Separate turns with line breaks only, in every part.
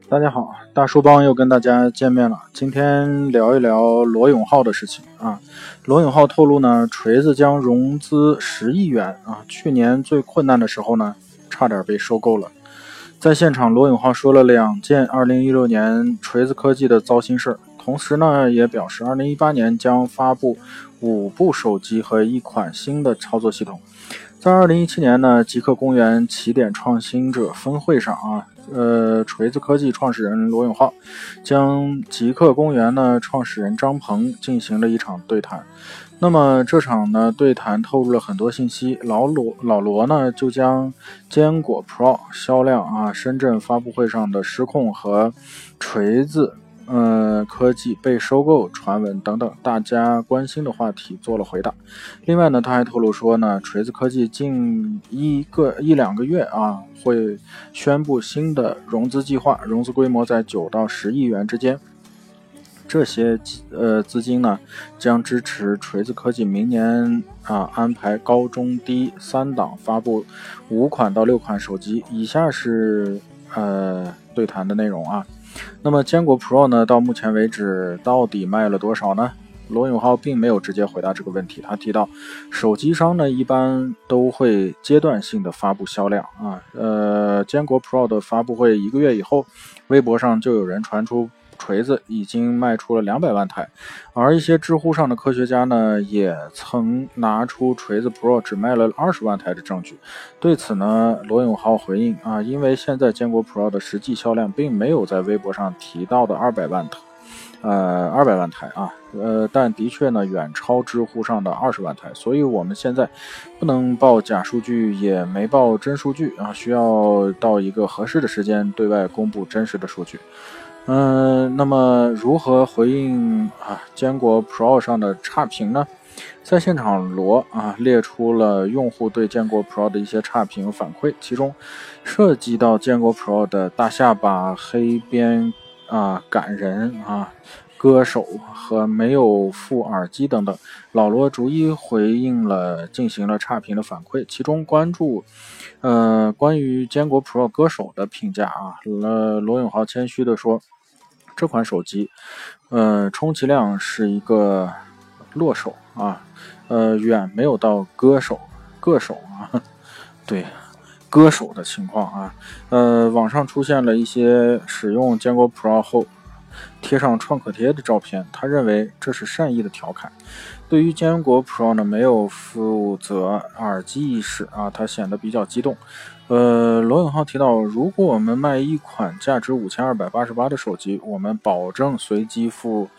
大家好，大叔帮又跟大家见面了。今天聊一聊罗永浩的事情啊。罗永浩透露呢，锤子将融资10亿元啊。去年最困难的时候呢，差点被收购了。在现场，罗永浩说了2件2016年锤子科技的糟心事，同时呢，也表示2018年将发布5部手机和1款新的操作系统。在2017年呢，极客公园起点创新者峰会上锤子科技创始人罗永浩将极客公园呢创始人张鹏进行了一场对谈。那么这场呢对谈透露了很多信息，老罗呢就将坚果 Pro 销量深圳发布会上的失控和锤子科技被收购传闻等等大家关心的话题做了回答。另外呢，他还透露说呢，锤子科技近一两个月会宣布新的融资计划，融资规模在9到10亿元之间。这些资金呢将支持锤子科技明年安排高中低3档发布5款到6款手机。以下是对谈的内容啊。那么坚果 Pro 呢到目前为止到底卖了多少呢？罗永浩并没有直接回答这个问题，他提到手机商呢一般都会阶段性的发布销量坚果 Pro 的发布会1个月以后，微博上就有人传出锤子已经卖出了200万台，而一些知乎上的科学家呢也曾拿出锤子 Pro 只卖了20万台的证据。对此呢，罗永浩回应因为现在坚果 Pro 的实际销量并没有在微博上提到的200万台但的确呢远超知乎上的20万台，所以我们现在不能报假数据，也没报真数据需要到一个合适的时间对外公布真实的数据。那么如何回应坚果 Pro 上的差评呢？在现场罗列出了用户对坚果 Pro 的一些差评反馈，其中涉及到坚果 Pro 的大下巴、黑边感人歌手和没有附耳机等等，老罗逐一回应了，进行了差评的反馈。其中关于坚果 Pro 歌手的评价罗永浩谦虚的说，这款手机充其量是一个落手远没有到歌手对歌手的情况网上出现了一些使用坚果 Pro 后贴上创可贴的照片，他认为这是善意的调侃。对于坚果 Pro 呢没有负责耳机意识他显得比较激动。罗永浩提到，如果我们卖一款价值5288的手机，我们保证随机附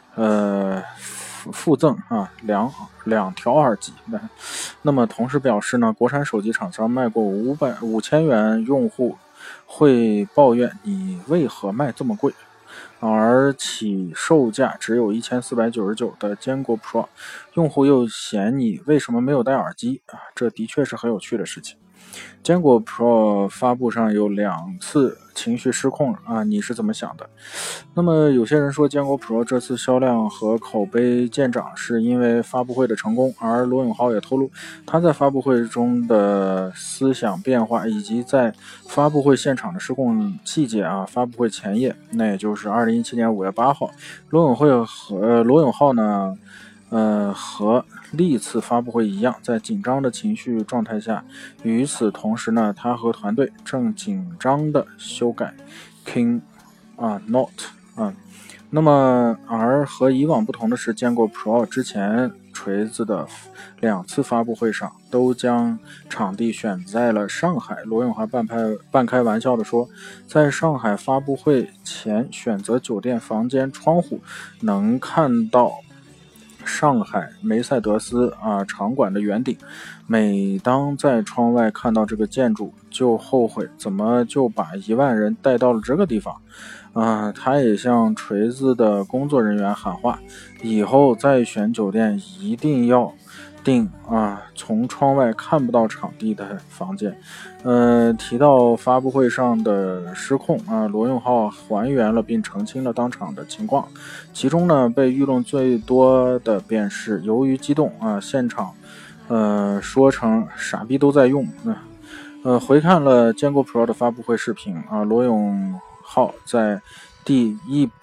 赠两条耳机。那么同时表示呢，国产手机厂商卖过5000元，用户会抱怨你为何卖这么贵，而起售价只有1499的坚果 Pro， 用户又嫌你为什么没有戴耳机这的确是很有趣的事情。坚果 Pro 发布上有2次情绪失控你是怎么想的？那么有些人说坚果 Pro 这次销量和口碑见长是因为发布会的成功，而罗永浩也透露他在发布会中的思想变化以及在发布会现场的失控细节发布会前夜，那也就是2017年5月8号，罗永浩呢和历次发布会一样，在紧张的情绪状态下。与此同时呢，他和团队正紧张的修改 King Note那么而和以往不同的是，坚果 Pro 之前锤子的2次发布会上都将场地选在了上海。罗永浩半开玩笑的说，在上海发布会前选择酒店房间窗户能看到上海梅赛德斯场馆的圆顶，每当在窗外看到这个建筑就后悔怎么就把1万人带到了这个地方他也向锤子的工作人员喊话，以后再选酒店一定要订从窗外看不到场地的房间。提到发布会上的失控罗永浩还原了并澄清了当场的情况，其中呢被舆论最多的便是由于激动现场说成傻逼都在用回看了坚果 Pro 的发布会视频罗永号在第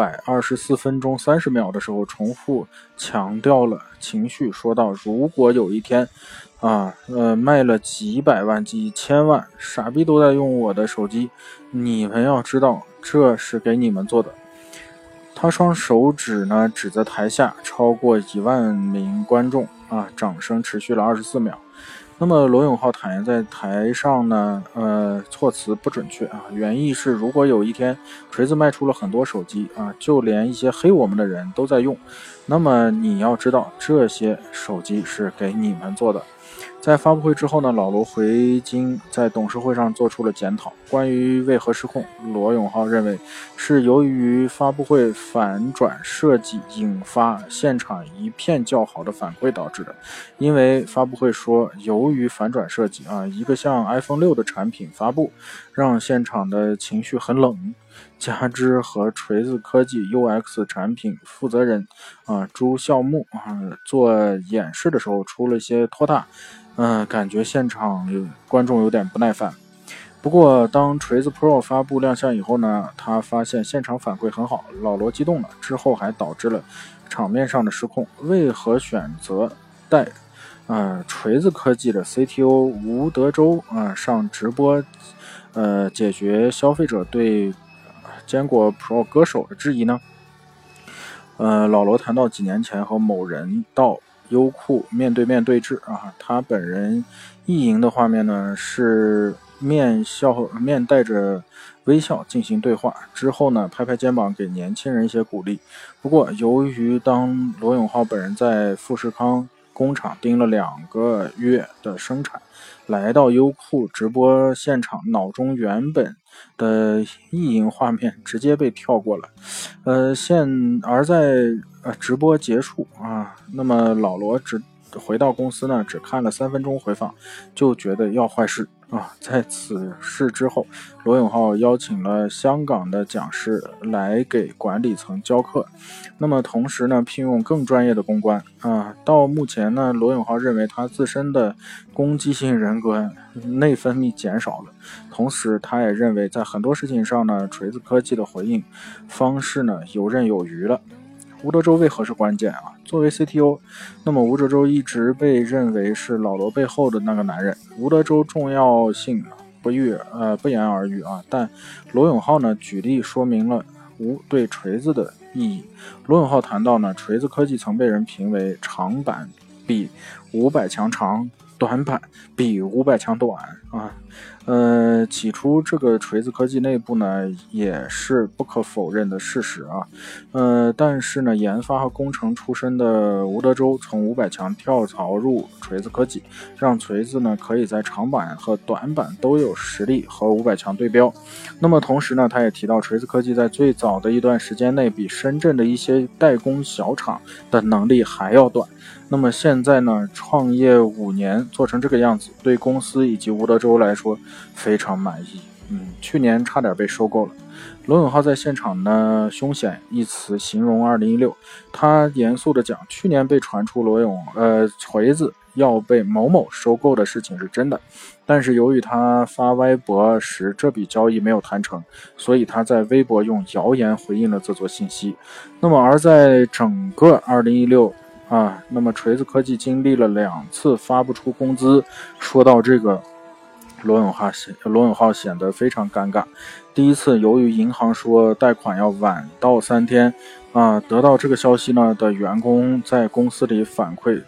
124分钟30秒的时候重复强调了情绪，说道：如果有一天卖了几百万几千万，傻逼都在用我的手机，你们要知道这是给你们做的。他双手指呢指着台下超过1万名观众掌声持续了24秒。那么罗永浩坦言在台上呢措辞不准确原意是如果有一天锤子卖出了很多手机就连一些黑我们的人都在用，那么你要知道这些手机是给你们做的。在发布会之后呢，老罗回京在董事会上做出了检讨，关于为何失控，罗永浩认为是由于发布会反转设计引发现场一片叫好的反馈导致的。因为发布会说由于反转设计一个像 iPhone 6的产品发布让现场的情绪很冷，加之和锤子科技 UX 产品负责人朱孝木做演示的时候出了一些拖沓，感觉现场观众有点不耐烦。不过当锤子 Pro 发布亮相以后呢，他发现现场反馈很好，老罗激动了，之后还导致了场面上的失控。为何选择带锤子科技的 CTO 吴德州上直播解决消费者对坚果 Pro 歌手的质疑呢？老罗谈到几年前和某人到优酷面对面对峙他本人意淫的画面呢是面带着微笑进行对话，之后呢拍拍肩膀给年轻人一些鼓励。不过由于当罗永浩本人在富士康工厂盯了2个月的生产，来到优酷直播现场，脑中原本的意淫画面直接被跳过了。而在直播结束那么老罗回到公司呢，只看了3分钟回放，就觉得要坏事在此事之后，罗永浩邀请了香港的讲师来给管理层教课，那么同时呢聘用更专业的公关到目前呢，罗永浩认为他自身的攻击性人格内分泌减少了，同时他也认为在很多事情上呢，锤子科技的回应方式呢游刃有余了。吴德州为何是关键作为 CTO， 那么吴德州一直被认为是老罗背后的那个男人。吴德州重要性不言而喻但罗永浩呢举例说明了吴对锤子的意义。罗永浩谈到呢，锤子科技曾被人评为长板比500强长，短板比500强短起初这个锤子科技内部呢也是不可否认的事实但是呢研发和工程出身的吴德州从500强跳槽入锤子科技，让锤子呢可以在长板和短板都有实力和500强对标。那么同时呢，他也提到锤子科技在最早的一段时间内比深圳的一些代工小厂的能力还要短，那么现在呢创业5年做成这个样子，对公司以及吴德州来说非常满意。去年差点被收购了。罗永浩在现场呢凶险一词形容2016，他严肃地讲，去年被传出锤子要被某某收购的事情是真的，但是由于他发微博时这笔交易没有谈成，所以他在微博用谣言回应了这则信息。那么而在整个2016那么锤子科技经历了2次发不出工资，说到这个罗永浩显得非常尴尬。第一次由于银行说贷款要晚到3天得到这个消息呢的员工在公司里反馈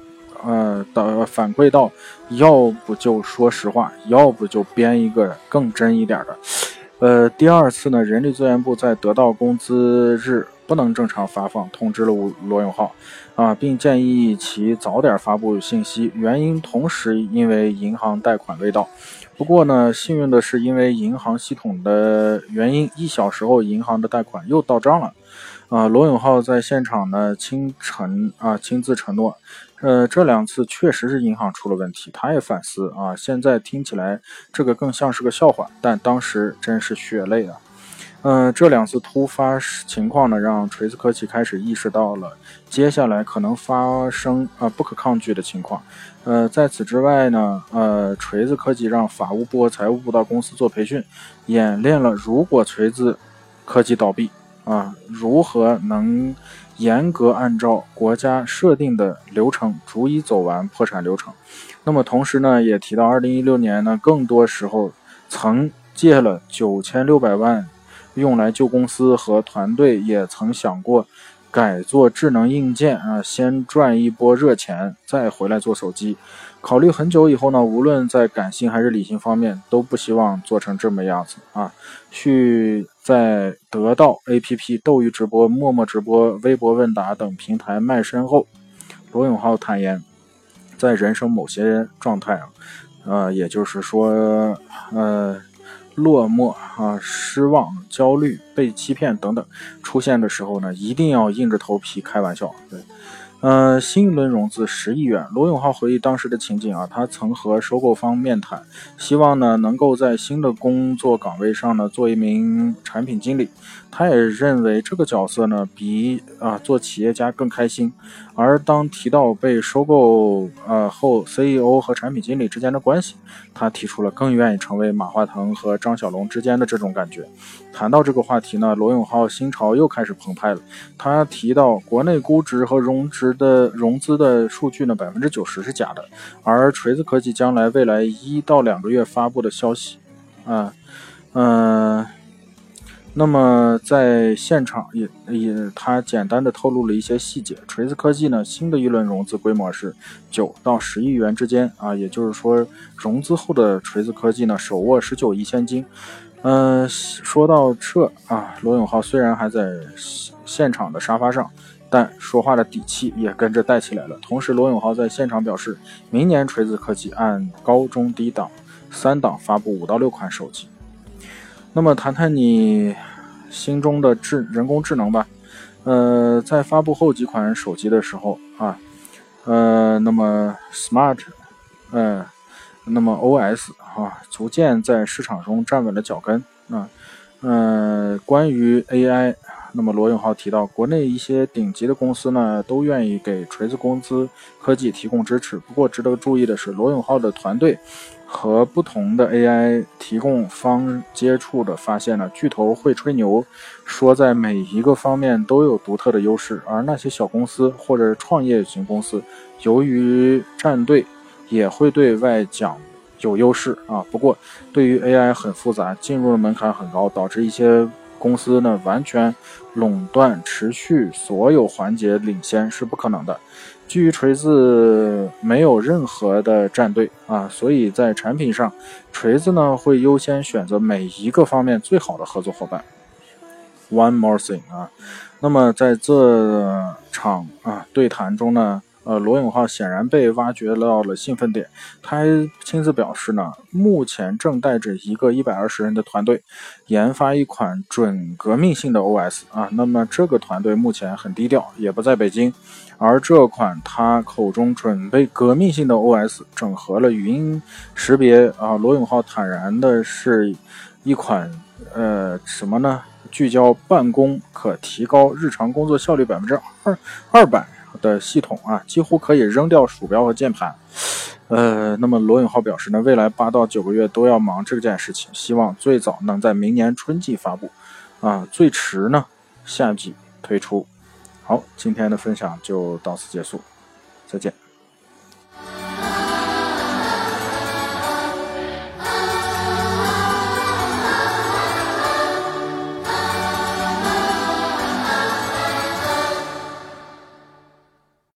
到要不就说实话，要不就编一个更真一点的。第二次呢，人力资源部在得到工资日不能正常发放，通知了罗永浩并建议其早点发布信息，原因同时因为银行贷款未到。不过呢，幸运的是因为银行系统的原因，1小时后银行的贷款又到账了。罗永浩在现场呢亲自承诺这2次确实是银行出了问题，他也反思现在听起来这个更像是个笑话，但当时真是血泪这2次突发情况呢，让锤子科技开始意识到了接下来可能发生不可抗拒的情况。在此之外呢，锤子科技让法务部和财务部到公司做培训，演练了如果锤子科技倒闭啊，如何能严格按照国家设定的流程逐一走完破产流程。那么同时呢，也提到2016年呢，更多时候曾借了9600万用来救公司，和团队也曾想过改做智能硬件啊，先赚一波热钱，再回来做手机。考虑很久以后呢，无论在感性还是理性方面，都不希望做成这么样子啊。去在得到 APP、斗鱼直播、陌陌直播、微博问答等平台卖身后，罗永浩坦言，在人生某些状态也就是说，落寞啊、失望、焦虑、被欺骗等等出现的时候呢，一定要硬着头皮开玩笑。对，新一轮融资10亿元。罗永浩回忆当时的情景啊，他曾和收购方面谈，希望呢能够在新的工作岗位上呢做一名产品经理。他也认为这个角色呢比做企业家更开心。而当提到被收购后 CEO 和产品经理之间的关系，他提出了更愿意成为马化腾和张小龙之间的这种感觉。谈到这个话题呢，罗永浩心潮又开始澎湃了。他提到国内估值和融资的数据呢90%是假的，而锤子科技将来未来1到2个月发布的消息那么在现场也他简单的透露了一些细节。锤子科技呢新的一轮融资规模是9到10亿元之间啊，也就是说融资后的锤子科技呢手握19亿现金。说到这罗永浩虽然还在现场的沙发上，但说话的底气也跟着带起来了。同时罗永浩在现场表示，明年锤子科技按高中低档3档发布5到6款手机。那么谈谈你心中的人工智能吧。在发布后几款手机的时候那么 Smart那么 OS 逐渐在市场中站稳了脚跟关于 AI， 那么罗永浩提到，国内一些顶级的公司呢都愿意给锤子公司科技提供支持。不过值得注意的是，罗永浩的团队和不同的 AI 提供方接触的发现呢，巨头会吹牛，说在每一个方面都有独特的优势，而那些小公司或者创业型公司，由于站队也会对外讲有优势不过对于 AI 很复杂，进入的门槛很高，导致一些公司呢完全垄断持续所有环节领先是不可能的。基于锤子没有任何的战队所以在产品上锤子呢会优先选择每一个方面最好的合作伙伴。 One more thing 那么在这场对谈中呢罗永浩显然被挖掘到了兴奋点，他亲自表示呢，目前正带着一个120人的团队研发一款准革命性的 OS 那么这个团队目前很低调，也不在北京，而这款他口中准备革命性的 OS 整合了语音识别罗永浩坦然的是一款什么呢？聚焦办公，可提高日常工作效率200%的系统几乎可以扔掉鼠标和键盘。那么罗永浩表示呢，未来8到9个月都要忙这件事情，希望最早能在明年春季发布最迟呢夏季推出。好，今天的分享就到此结束，再见。